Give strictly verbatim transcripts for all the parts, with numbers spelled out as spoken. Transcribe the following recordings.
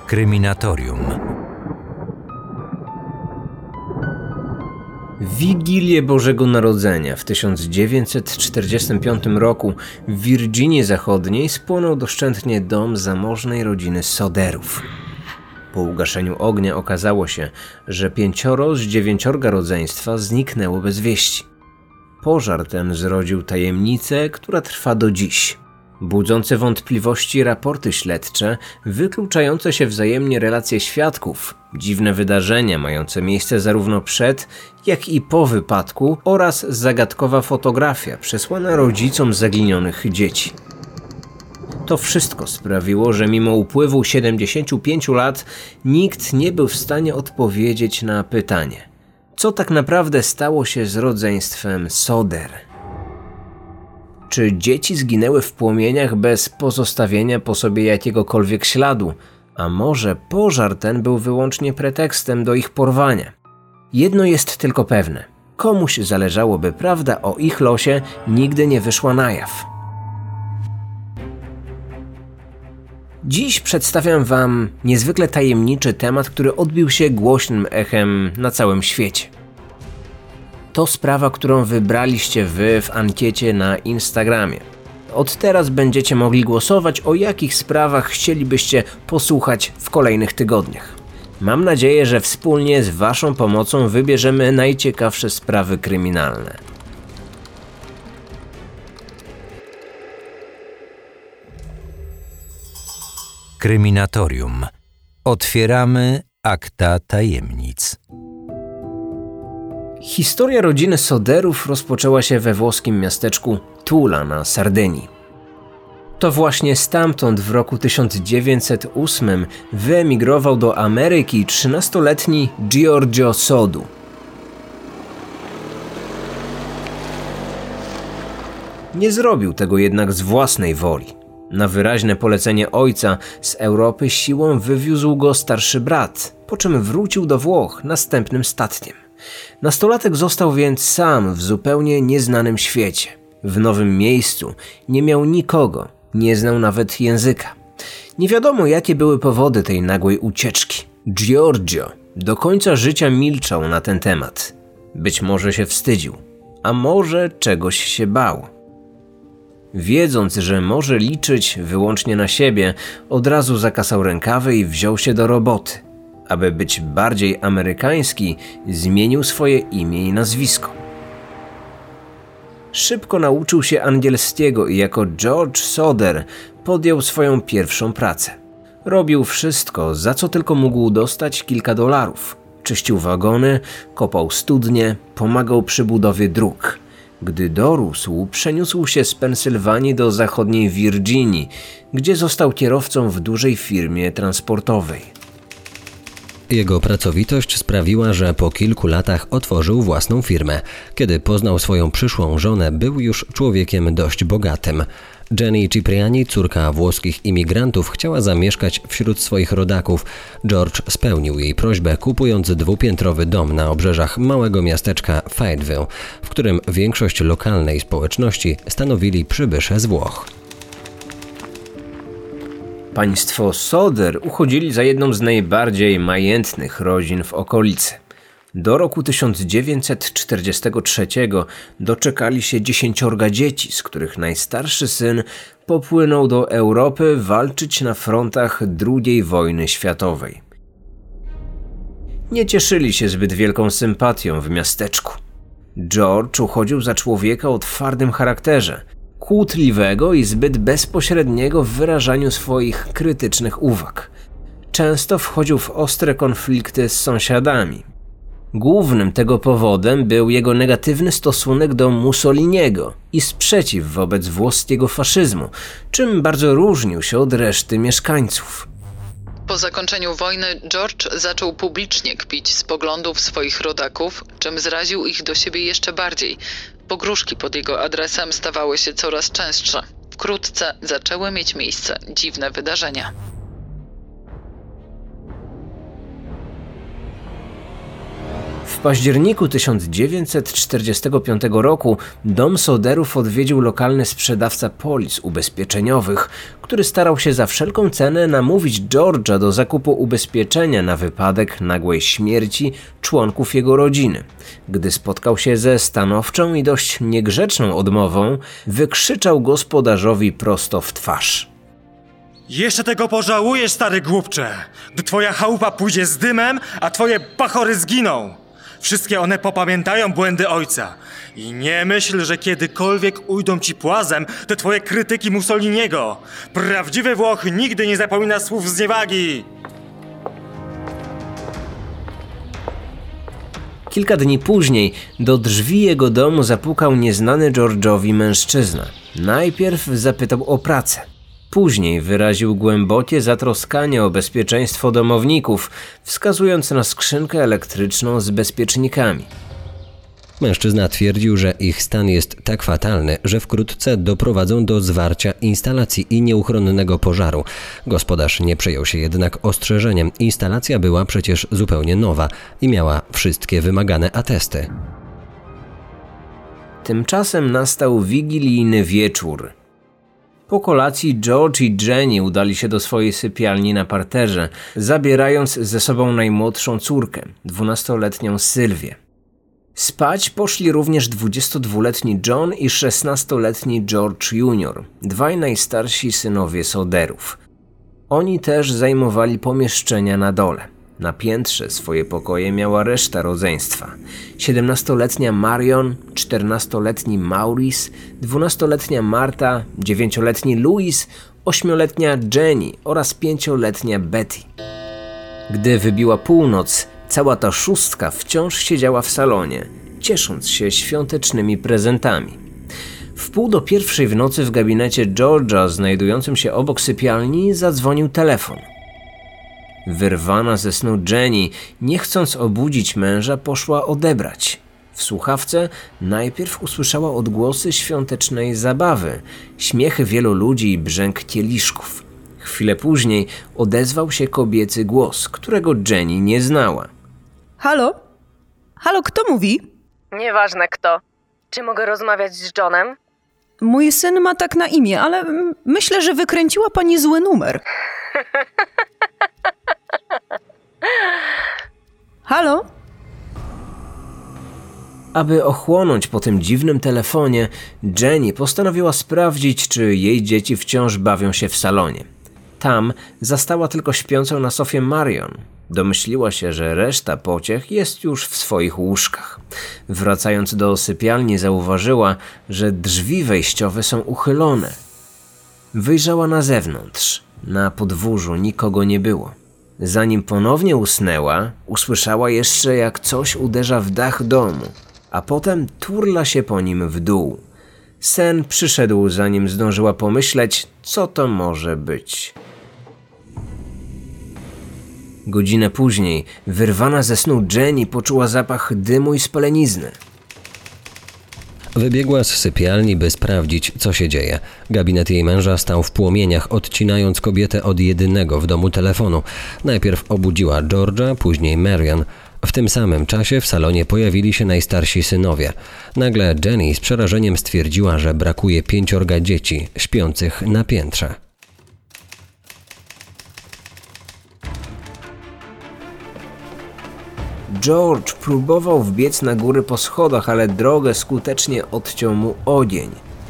Kryminatorium. W Wigilię Bożego Narodzenia w tysiąc dziewięćset czterdziestym piątym roku w Virginii Zachodniej spłonął doszczętnie dom zamożnej rodziny Soderów. Po ugaszeniu ognia okazało się, że pięcioro z dziewięciorga rodzeństwa zniknęło bez wieści. Pożar ten zrodził tajemnicę, która trwa do dziś. Budzące wątpliwości raporty śledcze, wykluczające się wzajemnie relacje świadków, dziwne wydarzenia mające miejsce zarówno przed, jak i po wypadku oraz zagadkowa fotografia przesłana rodzicom zaginionych dzieci. To wszystko sprawiło, że mimo upływu siedemdziesięciu pięciu lat nikt nie był w stanie odpowiedzieć na pytanie, co tak naprawdę stało się z rodzeństwem Soder. Czy dzieci zginęły w płomieniach bez pozostawienia po sobie jakiegokolwiek śladu, a może pożar ten był wyłącznie pretekstem do ich porwania? Jedno jest tylko pewne. Komuś zależało, by prawda o ich losie nigdy nie wyszła na jaw. Dziś przedstawiam wam niezwykle tajemniczy temat, który odbił się głośnym echem na całym świecie. To sprawa, którą wybraliście wy w ankiecie na Instagramie. Od teraz będziecie mogli głosować, o jakich sprawach chcielibyście posłuchać w kolejnych tygodniach. Mam nadzieję, że wspólnie z waszą pomocą wybierzemy najciekawsze sprawy kryminalne. Kryminatorium. Otwieramy akta tajemnic. Historia rodziny Soderów rozpoczęła się we włoskim miasteczku Tula na Sardynii. To właśnie stamtąd w roku tysiąc dziewięćset ósmym wyemigrował do Ameryki trzynastoletni Giorgio Sodu. Nie zrobił tego jednak z własnej woli. Na wyraźne polecenie ojca z Europy siłą wywiózł go starszy brat, po czym wrócił do Włoch następnym statkiem. Nastolatek został więc sam w zupełnie nieznanym świecie. W nowym miejscu nie miał nikogo, nie znał nawet języka. Nie wiadomo, jakie były powody tej nagłej ucieczki. Giorgio do końca życia milczał na ten temat. Być może się wstydził, a może czegoś się bał. Wiedząc, że może liczyć wyłącznie na siebie, od razu zakasał rękawy i wziął się do roboty. Aby być bardziej amerykański, zmienił swoje imię i nazwisko. Szybko nauczył się angielskiego i jako George Soder podjął swoją pierwszą pracę. Robił wszystko, za co tylko mógł dostać kilka dolarów. Czyścił wagony, kopał studnie, pomagał przy budowie dróg. Gdy dorósł, przeniósł się z Pensylwanii do zachodniej Virginii, gdzie został kierowcą w dużej firmie transportowej. Jego pracowitość sprawiła, że po kilku latach otworzył własną firmę. Kiedy poznał swoją przyszłą żonę, był już człowiekiem dość bogatym. Jenny Cipriani, córka włoskich imigrantów, chciała zamieszkać wśród swoich rodaków. George spełnił jej prośbę, kupując dwupiętrowy dom na obrzeżach małego miasteczka Fayetteville, w którym większość lokalnej społeczności stanowili przybysze z Włoch. Państwo Soder uchodzili za jedną z najbardziej majętnych rodzin w okolicy. Do roku tysiąc dziewięćset czterdziestego trzeciego doczekali się dziesięciorga dzieci, z których najstarszy syn popłynął do Europy walczyć na frontach drugiej wojny światowej. Nie cieszyli się zbyt wielką sympatią w miasteczku. George uchodził za człowieka o twardym charakterze, kłótliwego i zbyt bezpośredniego w wyrażaniu swoich krytycznych uwag. Często wchodził w ostre konflikty z sąsiadami. Głównym tego powodem był jego negatywny stosunek do Mussoliniego i sprzeciw wobec włoskiego faszyzmu, czym bardzo różnił się od reszty mieszkańców. Po zakończeniu wojny George zaczął publicznie kpić z poglądów swoich rodaków, czym zraził ich do siebie jeszcze bardziej. Pogróżki pod jego adresem stawały się coraz częstsze. Wkrótce zaczęły mieć miejsce dziwne wydarzenia. W W październiku tysiąc dziewięćset czterdziestego piątego roku dom Soderów odwiedził lokalny sprzedawca polis ubezpieczeniowych, który starał się za wszelką cenę namówić George'a do zakupu ubezpieczenia na wypadek nagłej śmierci członków jego rodziny. Gdy spotkał się ze stanowczą i dość niegrzeczną odmową, wykrzyczał gospodarzowi prosto w twarz. Jeszcze tego pożałujesz, stary głupcze, gdy twoja chałupa pójdzie z dymem, a twoje bachory zginą. Wszystkie one popamiętają błędy ojca. I nie myśl, że kiedykolwiek ujdą ci płazem te twoje krytyki Mussoliniego. Prawdziwy Włoch nigdy nie zapomina słów zniewagi. Kilka dni później do drzwi jego domu zapukał nieznany George'owi mężczyzna. Najpierw zapytał o pracę. Później wyraził głębokie zatroskanie o bezpieczeństwo domowników, wskazując na skrzynkę elektryczną z bezpiecznikami. Mężczyzna twierdził, że ich stan jest tak fatalny, że wkrótce doprowadzą do zwarcia instalacji i nieuchronnego pożaru. Gospodarz nie przejął się jednak ostrzeżeniem. Instalacja była przecież zupełnie nowa i miała wszystkie wymagane atesty. Tymczasem nastał wigilijny wieczór. Po kolacji George i Jenny udali się do swojej sypialni na parterze, zabierając ze sobą najmłodszą córkę, dwunastoletnią Sylwię. Spać poszli również dwudziestodwuletni John i szesnastoletni George junior, dwaj najstarsi synowie Soderów. Oni też zajmowali pomieszczenia na dole. Na piętrze swoje pokoje miała reszta rodzeństwa. siedemnastoletnia Marion, czternastoletni Maurice, dwunastoletnia Marta, dziewięcioletni Louis, ośmioletnia Jenny oraz pięcioletnia Betty. Gdy wybiła północ, cała ta szóstka wciąż siedziała w salonie, ciesząc się świątecznymi prezentami. W pół do pierwszej w nocy w gabinecie George'a, znajdującym się obok sypialni, zadzwonił telefon. Wyrwana ze snu Jenny, nie chcąc obudzić męża, poszła odebrać. W słuchawce najpierw usłyszała odgłosy świątecznej zabawy, śmiechy wielu ludzi i brzęk kieliszków. Chwilę później odezwał się kobiecy głos, którego Jenny nie znała. Halo? Halo, kto mówi? Nieważne kto. Czy mogę rozmawiać z Johnem? Mój syn ma tak na imię, ale myślę, że wykręciła pani zły numer. Halo? Aby ochłonąć po tym dziwnym telefonie, Jenny postanowiła sprawdzić, czy jej dzieci wciąż bawią się w salonie. Tam zastała tylko śpiącą na sofie Marion. Domyśliła się, że reszta pociech jest już w swoich łóżkach. Wracając do sypialni, zauważyła, że drzwi wejściowe są uchylone. Wyjrzała na zewnątrz. Na podwórzu nikogo nie było. Zanim ponownie usnęła, usłyszała jeszcze, jak coś uderza w dach domu, a potem turla się po nim w dół. Sen przyszedł, zanim zdążyła pomyśleć, co to może być. Godzinę później, wyrwana ze snu Jenny poczuła zapach dymu i spalenizny. Wybiegła z sypialni, by sprawdzić, co się dzieje. Gabinet jej męża stał w płomieniach, odcinając kobietę od jedynego w domu telefonu. Najpierw obudziła George'a, później Marion. W tym samym czasie w salonie pojawili się najstarsi synowie. Nagle Jenny z przerażeniem stwierdziła, że brakuje pięciorga dzieci śpiących na piętrze. George próbował wbiec na góry po schodach, ale drogę skutecznie odciął mu ogień.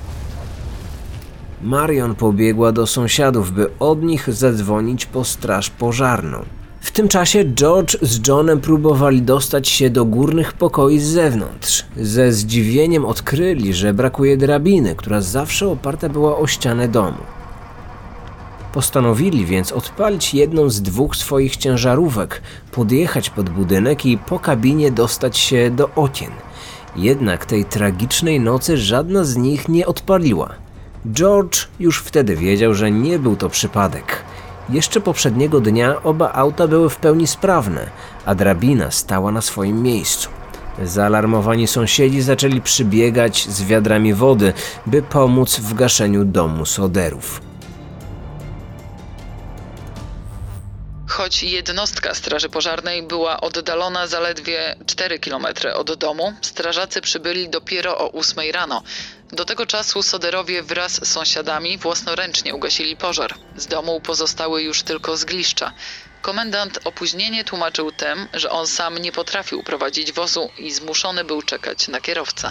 Marion pobiegła do sąsiadów, by od nich zadzwonić po straż pożarną. W tym czasie George z Johnem próbowali dostać się do górnych pokoi z zewnątrz. Ze zdziwieniem odkryli, że brakuje drabiny, która zawsze oparta była o ścianę domu. Postanowili więc odpalić jedną z dwóch swoich ciężarówek, podjechać pod budynek i po kabinie dostać się do okien. Jednak tej tragicznej nocy żadna z nich nie odpaliła. George już wtedy wiedział, że nie był to przypadek. Jeszcze poprzedniego dnia oba auta były w pełni sprawne, a drabina stała na swoim miejscu. Zaalarmowani sąsiedzi zaczęli przybiegać z wiadrami wody, by pomóc w gaszeniu domu Soderów. choć jednostka straży pożarnej była oddalona zaledwie cztery kilometry od domu, strażacy przybyli dopiero o ósmej rano. Do tego czasu Soderowie wraz z sąsiadami własnoręcznie ugasili pożar. Z domu pozostały już tylko zgliszcza. Komendant opóźnienie tłumaczył tym, że on sam nie potrafił prowadzić wozu i zmuszony był czekać na kierowcę.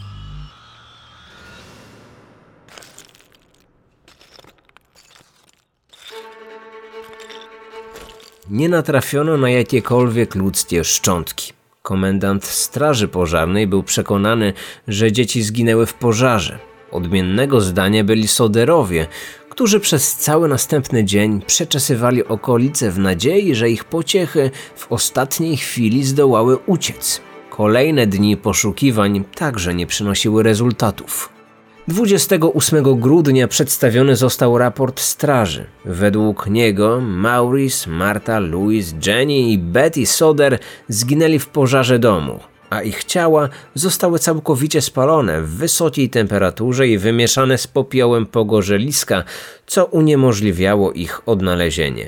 Nie natrafiono na jakiekolwiek ludzkie szczątki. Komendant straży pożarnej był przekonany, że dzieci zginęły w pożarze. Odmiennego zdania byli Soderowie, którzy przez cały następny dzień przeczesywali okolice w nadziei, że ich pociechy w ostatniej chwili zdołały uciec. Kolejne dni poszukiwań także nie przynosiły rezultatów. dwudziestego ósmego grudnia przedstawiony został raport straży. Według niego Maurice, Martha, Louise, Jenny i Betty Soder zginęli w pożarze domu, a ich ciała zostały całkowicie spalone w wysokiej temperaturze i wymieszane z popiołem pogorzeliska, co uniemożliwiało ich odnalezienie.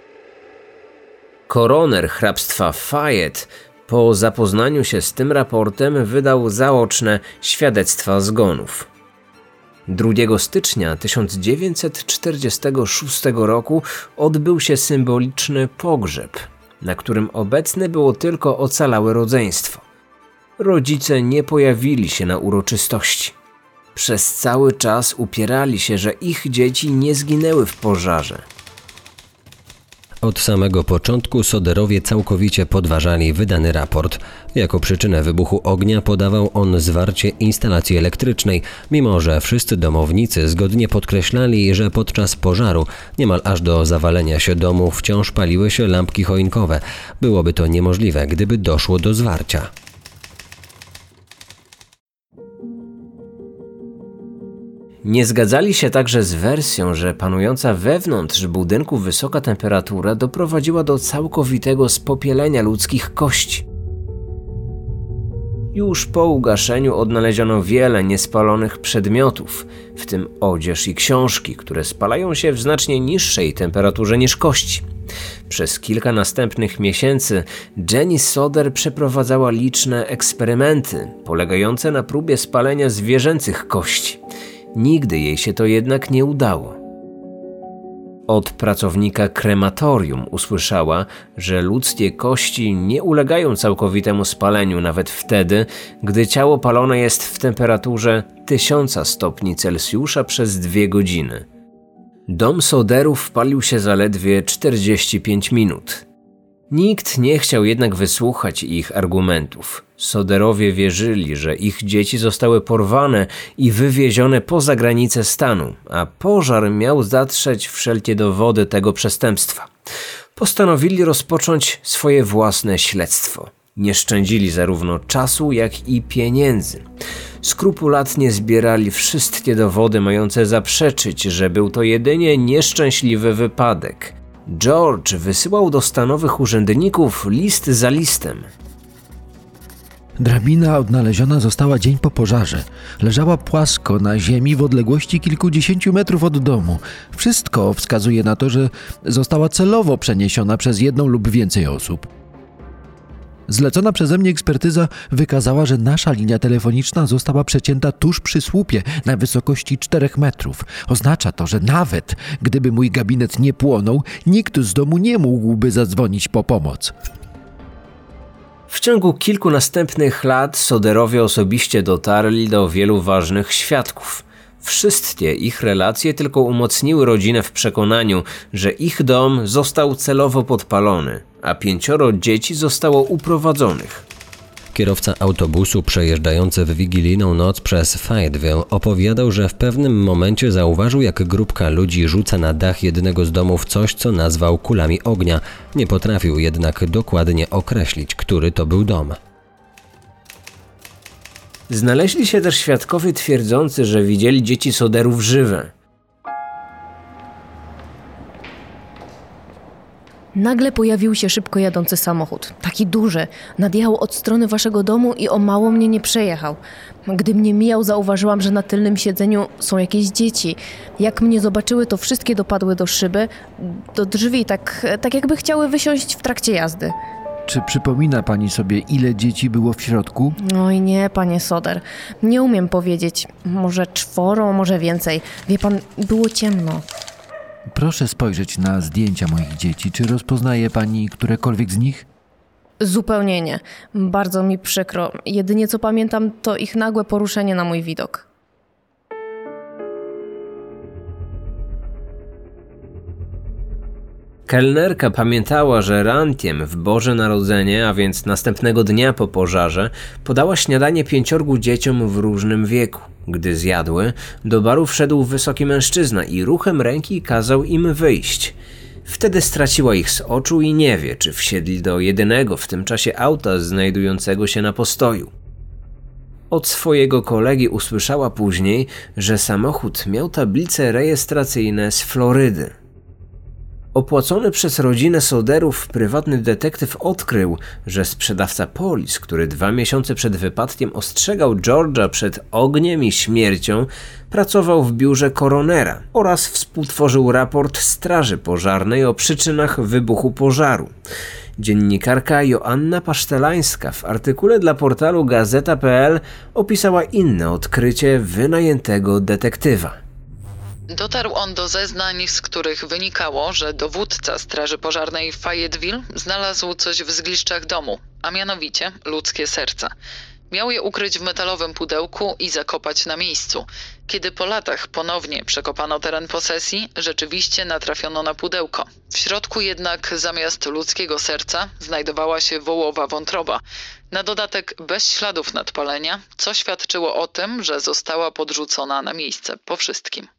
Koroner hrabstwa Fayette po zapoznaniu się z tym raportem wydał zaoczne świadectwa zgonów. drugiego stycznia tysiąc dziewięćset czterdziestego szóstego roku odbył się symboliczny pogrzeb, na którym obecne było tylko ocalałe rodzeństwo. Rodzice nie pojawili się na uroczystości. Przez cały czas upierali się, że ich dzieci nie zginęły w pożarze. Od samego początku Soderowie całkowicie podważali wydany raport. Jako przyczynę wybuchu ognia podawał on zwarcie instalacji elektrycznej, mimo że wszyscy domownicy zgodnie podkreślali, że podczas pożaru, niemal aż do zawalenia się domu, wciąż paliły się lampki choinkowe. Byłoby to niemożliwe, gdyby doszło do zwarcia. Nie zgadzali się także z wersją, że panująca wewnątrz budynku wysoka temperatura doprowadziła do całkowitego spopielenia ludzkich kości. Już po ugaszeniu odnaleziono wiele niespalonych przedmiotów, w tym odzież i książki, które spalają się w znacznie niższej temperaturze niż kości. Przez kilka następnych miesięcy Jenny Soder przeprowadzała liczne eksperymenty polegające na próbie spalenia zwierzęcych kości. Nigdy jej się to jednak nie udało. Od pracownika krematorium usłyszała, że ludzkie kości nie ulegają całkowitemu spaleniu nawet wtedy, gdy ciało palone jest w temperaturze tysiąc stopni Celsjusza przez dwie godziny. Dom Soderów palił się zaledwie czterdzieści pięć minut. Nikt nie chciał jednak wysłuchać ich argumentów. Soderowie wierzyli, że ich dzieci zostały porwane i wywiezione poza granice stanu, a pożar miał zatrzeć wszelkie dowody tego przestępstwa. Postanowili rozpocząć swoje własne śledztwo. Nie szczędzili zarówno czasu, jak i pieniędzy. Skrupulatnie zbierali wszystkie dowody mające zaprzeczyć, że był to jedynie nieszczęśliwy wypadek. George wysyłał do stanowych urzędników list za listem. Drabina odnaleziona została dzień po pożarze. Leżała płasko na ziemi w odległości kilkudziesięciu metrów od domu. Wszystko wskazuje na to, że została celowo przeniesiona przez jedną lub więcej osób. Zlecona przeze mnie ekspertyza wykazała, że nasza linia telefoniczna została przecięta tuż przy słupie na wysokości czterech metrów. Oznacza to, że nawet gdyby mój gabinet nie płonął, nikt z domu nie mógłby zadzwonić po pomoc. W ciągu kilku następnych lat Soderowie osobiście dotarli do wielu ważnych świadków. Wszystkie ich relacje tylko umocniły rodzinę w przekonaniu, że ich dom został celowo podpalony, a pięcioro dzieci zostało uprowadzonych. Kierowca autobusu przejeżdżający w wigilijną noc przez Fayetteville opowiadał, że w pewnym momencie zauważył, jak grupka ludzi rzuca na dach jednego z domów coś, co nazwał kulami ognia. Nie potrafił jednak dokładnie określić, który to był dom. Znaleźli się też świadkowie twierdzący, że widzieli dzieci Soderów żywe. Nagle pojawił się szybko jadący samochód. Taki duży. Nadjechał od strony waszego domu i o mało mnie nie przejechał. Gdy mnie mijał, zauważyłam, że na tylnym siedzeniu są jakieś dzieci. Jak mnie zobaczyły, to wszystkie dopadły do szyby, do drzwi, tak, tak jakby chciały wysiąść w trakcie jazdy. Czy przypomina pani sobie, ile dzieci było w środku? Oj nie, panie Soder. Nie umiem powiedzieć. Może czworo, może więcej. Wie pan, było ciemno. Proszę spojrzeć na zdjęcia moich dzieci. Czy rozpoznaje pani którekolwiek z nich? Zupełnie nie. Bardzo mi przykro. Jedynie co pamiętam, to ich nagłe poruszenie na mój widok. Kelnerka pamiętała, że rantiem w Boże Narodzenie, a więc następnego dnia po pożarze, podała śniadanie pięciorgu dzieciom w różnym wieku. Gdy zjadły, do baru wszedł wysoki mężczyzna i ruchem ręki kazał im wyjść. Wtedy straciła ich z oczu i nie wie, czy wsiedli do jedynego w tym czasie auta znajdującego się na postoju. Od swojego kolegi usłyszała później, że samochód miał tablice rejestracyjne z Florydy. Opłacony przez rodzinę Soderów prywatny detektyw odkrył, że sprzedawca polis, który dwa miesiące przed wypadkiem ostrzegał George'a przed ogniem i śmiercią, pracował w biurze koronera oraz współtworzył raport Straży Pożarnej o przyczynach wybuchu pożaru. Dziennikarka Joanna Pasztelańska w artykule dla portalu Gazeta kropka pe el opisała inne odkrycie wynajętego detektywa. Dotarł on do zeznań, z których wynikało, że dowódca Straży Pożarnej w Fayetteville znalazł coś w zgliszczach domu, a mianowicie ludzkie serca. Miał je ukryć w metalowym pudełku i zakopać na miejscu. Kiedy po latach ponownie przekopano teren posesji, rzeczywiście natrafiono na pudełko. W środku jednak zamiast ludzkiego serca znajdowała się wołowa wątroba. Na dodatek bez śladów nadpalenia, co świadczyło o tym, że została podrzucona na miejsce po wszystkim.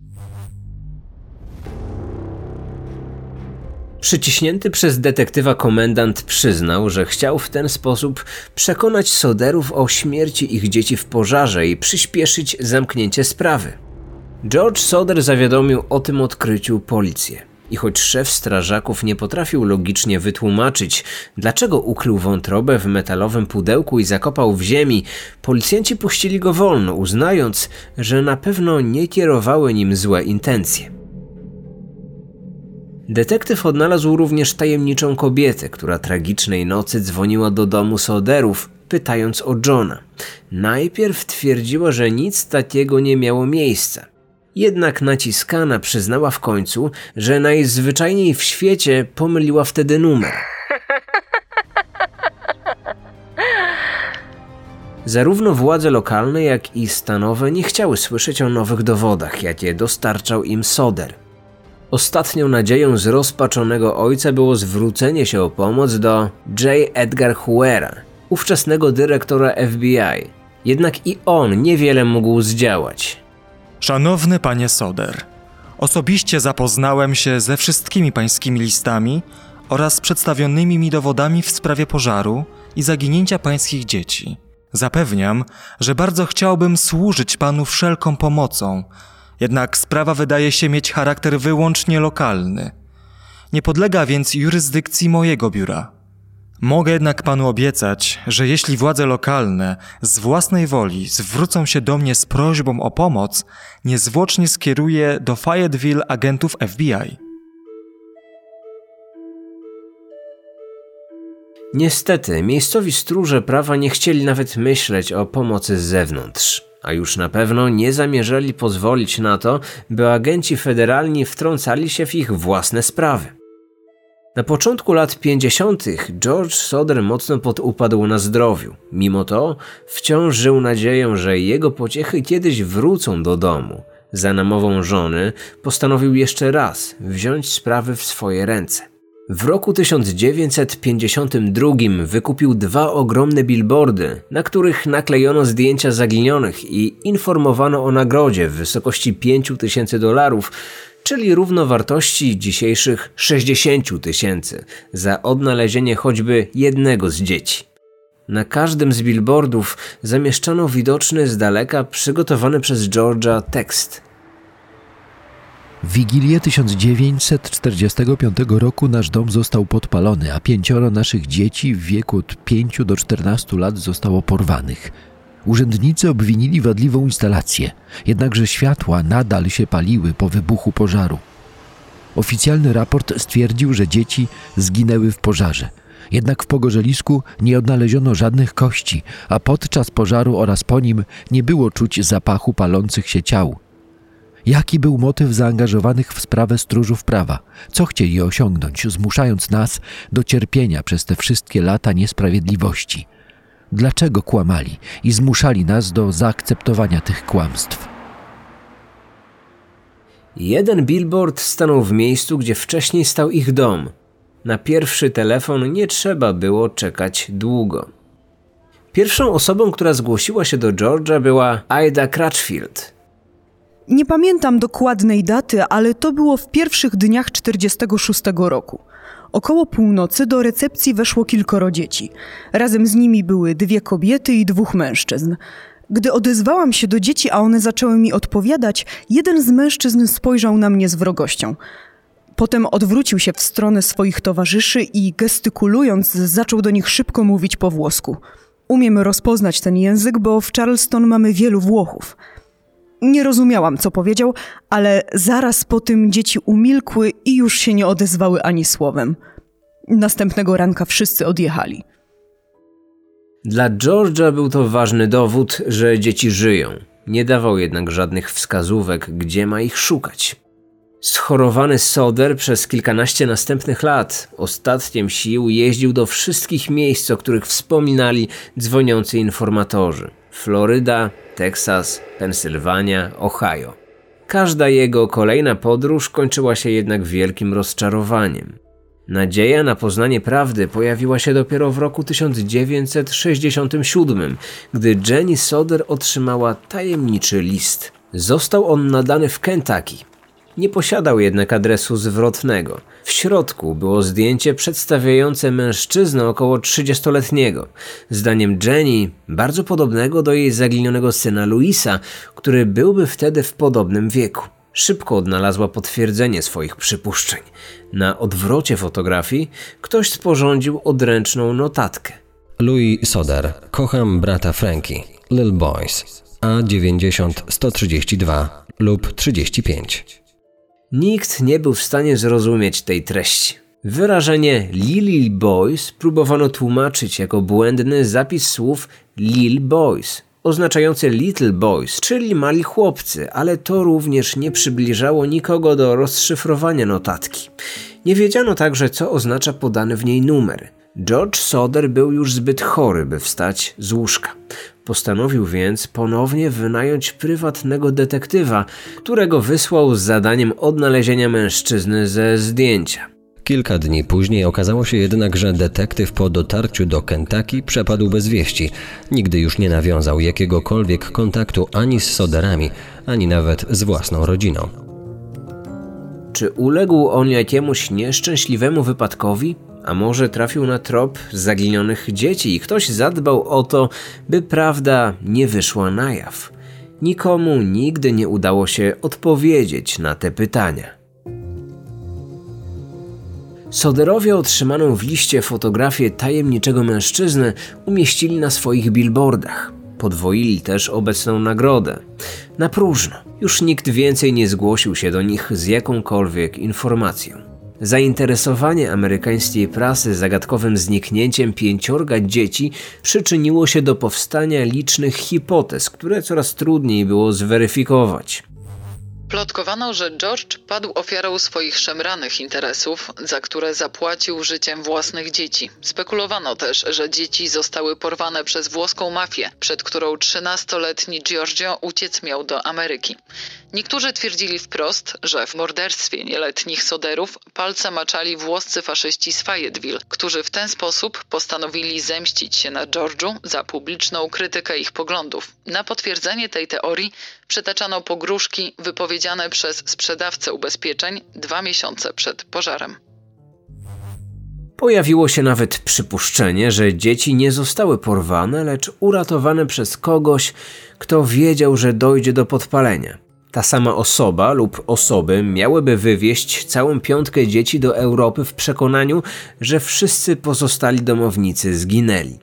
Przyciśnięty przez detektywa komendant przyznał, że chciał w ten sposób przekonać Soderów o śmierci ich dzieci w pożarze i przyspieszyć zamknięcie sprawy. George Soder zawiadomił o tym odkryciu policję. I choć szef strażaków nie potrafił logicznie wytłumaczyć, dlaczego ukrył wątrobę w metalowym pudełku i zakopał w ziemi, policjanci puścili go wolno, uznając, że na pewno nie kierowały nim złe intencje. Detektyw odnalazł również tajemniczą kobietę, która tragicznej nocy dzwoniła do domu Soderów, pytając o Johna. Najpierw twierdziła, że nic takiego nie miało miejsca. Jednak naciskana przyznała w końcu, że najzwyczajniej w świecie pomyliła wtedy numer. Zarówno władze lokalne, jak i stanowe nie chciały słyszeć o nowych dowodach, jakie dostarczał im Soder. Ostatnią nadzieją zrozpaczonego ojca było zwrócenie się o pomoc do J. Edgar Hooera, ówczesnego dyrektora F B I. Jednak i on niewiele mógł zdziałać. Szanowny panie Soder, osobiście zapoznałem się ze wszystkimi pańskimi listami oraz przedstawionymi mi dowodami w sprawie pożaru i zaginięcia pańskich dzieci. Zapewniam, że bardzo chciałbym służyć panu wszelką pomocą, jednak sprawa wydaje się mieć charakter wyłącznie lokalny. Nie podlega więc jurysdykcji mojego biura. Mogę jednak panu obiecać, że jeśli władze lokalne z własnej woli zwrócą się do mnie z prośbą o pomoc, niezwłocznie skieruję do Fayetteville agentów F B I. Niestety, miejscowi stróże prawa nie chcieli nawet myśleć o pomocy z zewnątrz, a już na pewno nie zamierzali pozwolić na to, by agenci federalni wtrącali się w ich własne sprawy. Na początku lat pięćdziesiątych George Soder mocno podupadł na zdrowiu. Mimo to wciąż żył nadzieją, że jego pociechy kiedyś wrócą do domu. Za namową żony postanowił jeszcze raz wziąć sprawy w swoje ręce. W roku tysiąc dziewięćset pięćdziesiątym drugim wykupił dwa ogromne billboardy, na których naklejono zdjęcia zaginionych i informowano o nagrodzie w wysokości pięć tysięcy dolarów, czyli równowartości dzisiejszych sześćdziesiąt tysięcy za odnalezienie choćby jednego z dzieci. Na każdym z billboardów zamieszczano widoczny z daleka przygotowany przez George'a tekst. W Wigilię tysiąc dziewięćset czterdziestego piątego roku nasz dom został podpalony, a pięcioro naszych dzieci w wieku od pięciu do czternastu lat zostało porwanych. Urzędnicy obwinili wadliwą instalację, jednakże światła nadal się paliły po wybuchu pożaru. Oficjalny raport stwierdził, że dzieci zginęły w pożarze. Jednak w pogorzelisku nie odnaleziono żadnych kości, a podczas pożaru oraz po nim nie było czuć zapachu palących się ciał. Jaki był motyw zaangażowanych w sprawę stróżów prawa? Co chcieli osiągnąć, zmuszając nas do cierpienia przez te wszystkie lata niesprawiedliwości? Dlaczego kłamali i zmuszali nas do zaakceptowania tych kłamstw? Jeden billboard stanął w miejscu, gdzie wcześniej stał ich dom. Na pierwszy telefon nie trzeba było czekać długo. Pierwszą osobą, która zgłosiła się do George'a, była Ida Crutchfield. Nie pamiętam dokładnej daty, ale to było w pierwszych dniach czterdziestego szóstego roku. Około północy do recepcji weszło kilkoro dzieci. Razem z nimi były dwie kobiety i dwóch mężczyzn. Gdy odezwałam się do dzieci, a one zaczęły mi odpowiadać, jeden z mężczyzn spojrzał na mnie z wrogością. Potem odwrócił się w stronę swoich towarzyszy i gestykulując zaczął do nich szybko mówić po włosku. Umiem rozpoznać ten język, bo w Charleston mamy wielu Włochów. Nie rozumiałam, co powiedział, ale zaraz po tym dzieci umilkły i już się nie odezwały ani słowem. Następnego ranka wszyscy odjechali. Dla George'a był to ważny dowód, że dzieci żyją. Nie dawał jednak żadnych wskazówek, gdzie ma ich szukać. Schorowany Soder przez kilkanaście następnych lat ostatkiem sił jeździł do wszystkich miejsc, o których wspominali dzwoniący informatorzy. Floryda, Teksas, Pensylwania, Ohio. Każda jego kolejna podróż kończyła się jednak wielkim rozczarowaniem. Nadzieja na poznanie prawdy pojawiła się dopiero w roku tysiąc dziewięćset sześćdziesiątym siódmym, gdy Jenny Soder otrzymała tajemniczy list. Został on nadany w Kentucky. Nie posiadał jednak adresu zwrotnego. W środku było zdjęcie przedstawiające mężczyznę około trzydziestoletniego. Zdaniem Jenny bardzo podobnego do jej zaginionego syna Louisa, który byłby wtedy w podobnym wieku. Szybko odnalazła potwierdzenie swoich przypuszczeń. Na odwrocie fotografii ktoś sporządził odręczną notatkę. Louis Soder. Kocham brata Frankie. Lil Boys. A dziewięćdziesiąt sto trzydzieści dwa lub trzydzieści pięć. Nikt nie był w stanie zrozumieć tej treści. Wyrażenie Lil Boys próbowano tłumaczyć jako błędny zapis słów Lil Boys, oznaczający Little Boys, czyli mali chłopcy, ale to również nie przybliżało nikogo do rozszyfrowania notatki. Nie wiedziano także, co oznacza podany w niej numer. George Soder był już zbyt chory, by wstać z łóżka. Postanowił więc ponownie wynająć prywatnego detektywa, którego wysłał z zadaniem odnalezienia mężczyzny ze zdjęcia. Kilka dni później okazało się jednak, że detektyw po dotarciu do Kentucky przepadł bez wieści. Nigdy już nie nawiązał jakiegokolwiek kontaktu ani z Soderami, ani nawet z własną rodziną. Czy uległ on jakiemuś nieszczęśliwemu wypadkowi? A może trafił na trop zaginionych dzieci i ktoś zadbał o to, by prawda nie wyszła na jaw? Nikomu nigdy nie udało się odpowiedzieć na te pytania. Soderowie otrzymaną w liście fotografię tajemniczego mężczyzny umieścili na swoich billboardach. Podwoili też obecną nagrodę. Na próżno. Już nikt więcej nie zgłosił się do nich z jakąkolwiek informacją. Zainteresowanie amerykańskiej prasy zagadkowym zniknięciem pięciorga dzieci przyczyniło się do powstania licznych hipotez, które coraz trudniej było zweryfikować. Plotkowano, że George padł ofiarą swoich szemranych interesów, za które zapłacił życiem własnych dzieci. Spekulowano też, że dzieci zostały porwane przez włoską mafię, przed którą trzynastoletni Giorgio uciec miał do Ameryki. Niektórzy twierdzili wprost, że w morderstwie nieletnich Soderów palce maczali włoscy faszyści z Fayetteville, którzy w ten sposób postanowili zemścić się na George'u za publiczną krytykę ich poglądów. Na potwierdzenie tej teorii przytaczano pogróżki wypowiedziane przez sprzedawcę ubezpieczeń dwa miesiące przed pożarem. Pojawiło się nawet przypuszczenie, że dzieci nie zostały porwane, lecz uratowane przez kogoś, kto wiedział, że dojdzie do podpalenia. Ta sama osoba lub osoby miałyby wywieźć całą piątkę dzieci do Europy w przekonaniu, że wszyscy pozostali domownicy zginęli.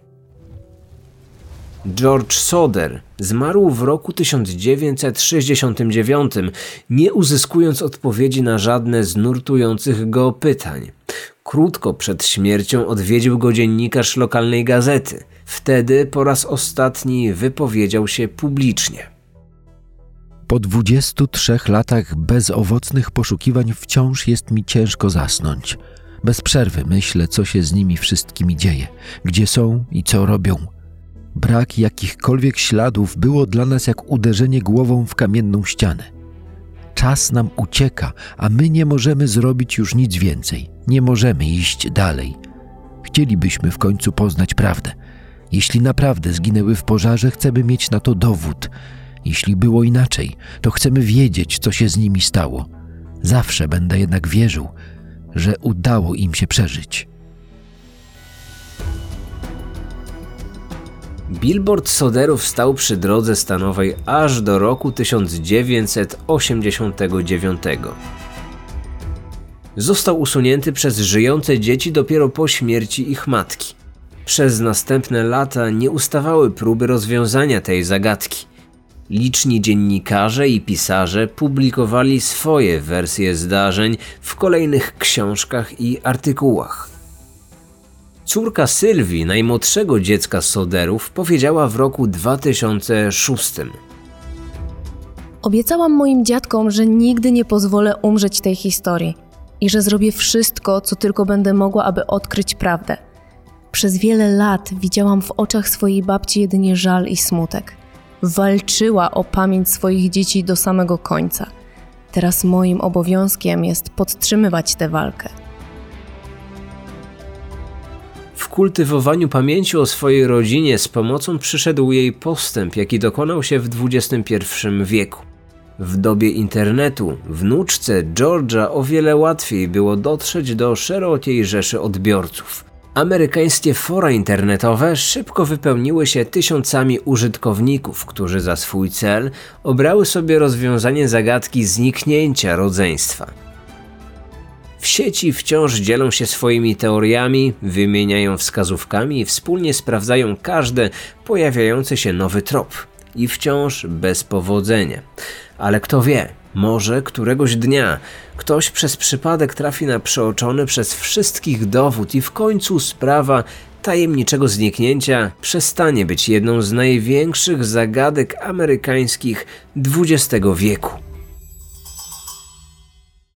George Soder zmarł w roku tysiąc dziewięćset sześćdziesiątym dziewiątym, nie uzyskując odpowiedzi na żadne z nurtujących go pytań. Krótko przed śmiercią odwiedził go dziennikarz lokalnej gazety. Wtedy po raz ostatni wypowiedział się publicznie. Po dwudziestu trzech latach bezowocnych poszukiwań wciąż jest mi ciężko zasnąć. Bez przerwy myślę, co się z nimi wszystkimi dzieje, gdzie są i co robią. Brak jakichkolwiek śladów było dla nas jak uderzenie głową w kamienną ścianę. Czas nam ucieka, a my nie możemy zrobić już nic więcej. Nie możemy iść dalej. Chcielibyśmy w końcu poznać prawdę. Jeśli naprawdę zginęły w pożarze, chcemy mieć na to dowód. Jeśli było inaczej, to chcemy wiedzieć, co się z nimi stało. Zawsze będę jednak wierzył, że udało im się przeżyć. Billboard Soderów stał przy drodze stanowej aż do roku tysiąc dziewięćset osiemdziesiątego dziewiątego. Został usunięty przez żyjące dzieci dopiero po śmierci ich matki. Przez następne lata nie ustawały próby rozwiązania tej zagadki. Liczni dziennikarze i pisarze publikowali swoje wersje zdarzeń w kolejnych książkach i artykułach. Córka Sylwii, najmłodszego dziecka Soderów, powiedziała w roku dwa tysiące szóstym. Obiecałam moim dziadkom, że nigdy nie pozwolę umrzeć tej historii i że zrobię wszystko, co tylko będę mogła, aby odkryć prawdę. Przez wiele lat widziałam w oczach swojej babci jedynie żal i smutek. Walczyła o pamięć swoich dzieci do samego końca. Teraz moim obowiązkiem jest podtrzymywać tę walkę. W kultywowaniu pamięci o swojej rodzinie z pomocą przyszedł jej postęp, jaki dokonał się w dwudziestym pierwszym wieku. W dobie internetu wnuczce George'a o wiele łatwiej było dotrzeć do szerokiej rzeszy odbiorców. Amerykańskie fora internetowe szybko wypełniły się tysiącami użytkowników, którzy za swój cel obrały sobie rozwiązanie zagadki zniknięcia rodzeństwa. W sieci wciąż dzielą się swoimi teoriami, wymieniają wskazówkami i wspólnie sprawdzają każdy pojawiający się nowy trop. I wciąż bez powodzenia. Ale kto wie, może któregoś dnia ktoś przez przypadek trafi na przeoczony przez wszystkich dowód i w końcu sprawa tajemniczego zniknięcia przestanie być jedną z największych zagadek amerykańskich dwudziestego wieku.